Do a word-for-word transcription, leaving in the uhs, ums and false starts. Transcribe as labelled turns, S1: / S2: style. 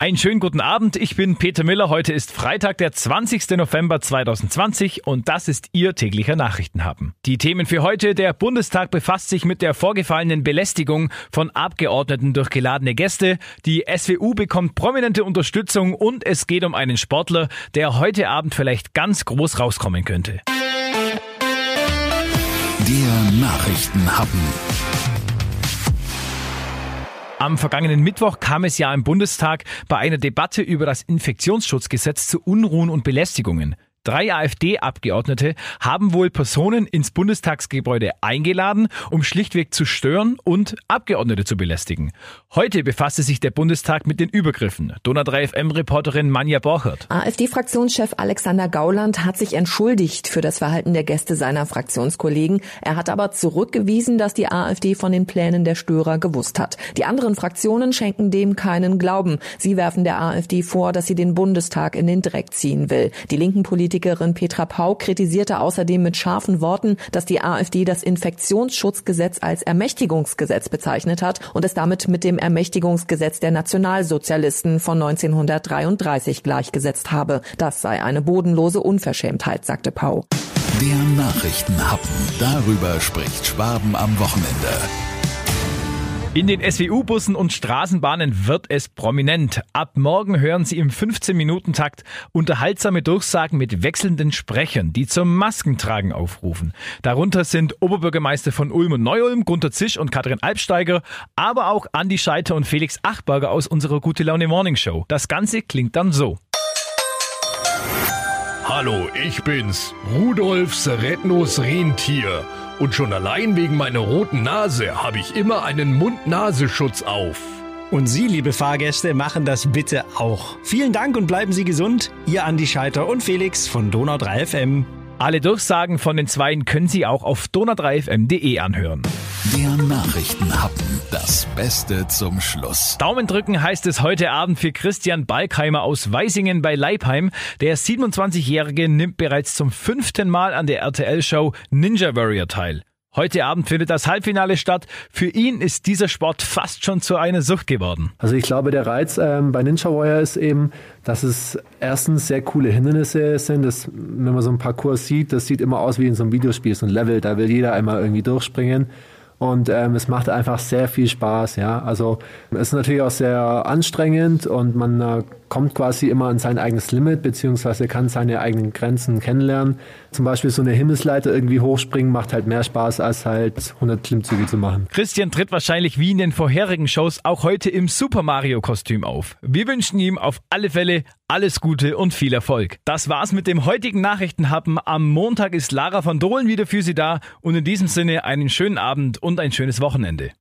S1: Einen schönen guten Abend, ich bin Peter Miller. Heute ist Freitag, der zwanzigster November zweitausendzwanzig und das ist Ihr täglicher Nachrichtenhappen. Die Themen für heute: Der Bundestag befasst sich mit der vorgefallenen Belästigung von Abgeordneten durch geladene Gäste, die S W U bekommt prominente Unterstützung und es geht um einen Sportler, der heute Abend vielleicht ganz groß rauskommen könnte.
S2: Der Nachrichtenhappen.
S1: Am vergangenen Mittwoch kam es ja im Bundestag bei einer Debatte über das Infektionsschutzgesetz zu Unruhen und Belästigungen. Drei AfD-Abgeordnete haben wohl Personen ins Bundestagsgebäude eingeladen, um schlichtweg zu stören und Abgeordnete zu belästigen. Heute befasste sich der Bundestag mit den Übergriffen. Donau drei F M-Reporterin Manja Borchert.
S3: AfD-Fraktionschef Alexander Gauland hat sich entschuldigt für das Verhalten der Gäste seiner Fraktionskollegen. Er hat aber zurückgewiesen, dass die AfD von den Plänen der Störer gewusst hat. Die anderen Fraktionen schenken dem keinen Glauben. Sie werfen der AfD vor, dass sie den Bundestag in den Dreck ziehen will. Die linken Politiker Politikerin Petra Pau kritisierte außerdem mit scharfen Worten, dass die AfD das Infektionsschutzgesetz als Ermächtigungsgesetz bezeichnet hat und es damit mit dem Ermächtigungsgesetz der Nationalsozialisten von neunzehnhundertdreiunddreißig gleichgesetzt habe. Das sei eine bodenlose Unverschämtheit, sagte Pau.
S2: Der Nachrichtenhappen. Darüber spricht Schwaben am Wochenende.
S1: In den S W U-Bussen und Straßenbahnen wird es prominent. Ab morgen hören Sie im fünfzehn-Minuten-Takt unterhaltsame Durchsagen mit wechselnden Sprechern, die zum Maskentragen aufrufen. Darunter sind Oberbürgermeister von Ulm und Neu-Ulm, Gunter Zisch und Katrin Albsteiger, aber auch Andi Scheiter und Felix Achberger aus unserer Gute-Laune-Morning-Show. Das Ganze klingt dann so.
S4: Hallo, ich bin's, Rudolf Seretnos Rentier. Und schon allein wegen meiner roten Nase habe ich immer einen Mund-Nasenschutz auf.
S5: Und Sie, liebe Fahrgäste, machen das bitte auch. Vielen Dank und bleiben Sie gesund. Ihr Andi Scheiter und Felix von Donau drei F M.
S1: Alle Durchsagen von den Zweien können Sie auch auf donau drei f m punkt de anhören.
S2: Der Nachrichtenhappen. Das Beste zum Schluss.
S1: Daumen drücken heißt es heute Abend für Christian Balkheimer aus Weisingen bei Leipheim. Der siebenundzwanzigjährige nimmt bereits zum fünften Mal an der R T L-Show Ninja Warrior teil. Heute Abend findet das Halbfinale statt. Für ihn ist dieser Sport fast schon zu einer Sucht geworden.
S6: Also ich glaube, der Reiz ähm, bei Ninja Warrior ist eben, dass es erstens sehr coole Hindernisse sind. Das, wenn man so ein Parcours sieht, das sieht immer aus wie in so einem Videospiel, so ein Level. Da will jeder einmal irgendwie durchspringen. Und ähm, es macht einfach sehr viel Spaß, ja. Also es ist natürlich auch sehr anstrengend und man äh, kommt quasi immer an sein eigenes Limit, beziehungsweise kann seine eigenen Grenzen kennenlernen. Zum Beispiel so eine Himmelsleiter irgendwie hochspringen macht halt mehr Spaß, als halt hundert Klimmzüge zu machen.
S1: Christian tritt wahrscheinlich wie in den vorherigen Shows auch heute im Super Mario-Kostüm auf. Wir wünschen ihm auf alle Fälle alles Gute und viel Erfolg. Das war's mit dem heutigen Nachrichtenhappen. Am Montag ist Lara von Dohlen wieder für Sie da und in diesem Sinne einen schönen Abend und ein schönes Wochenende.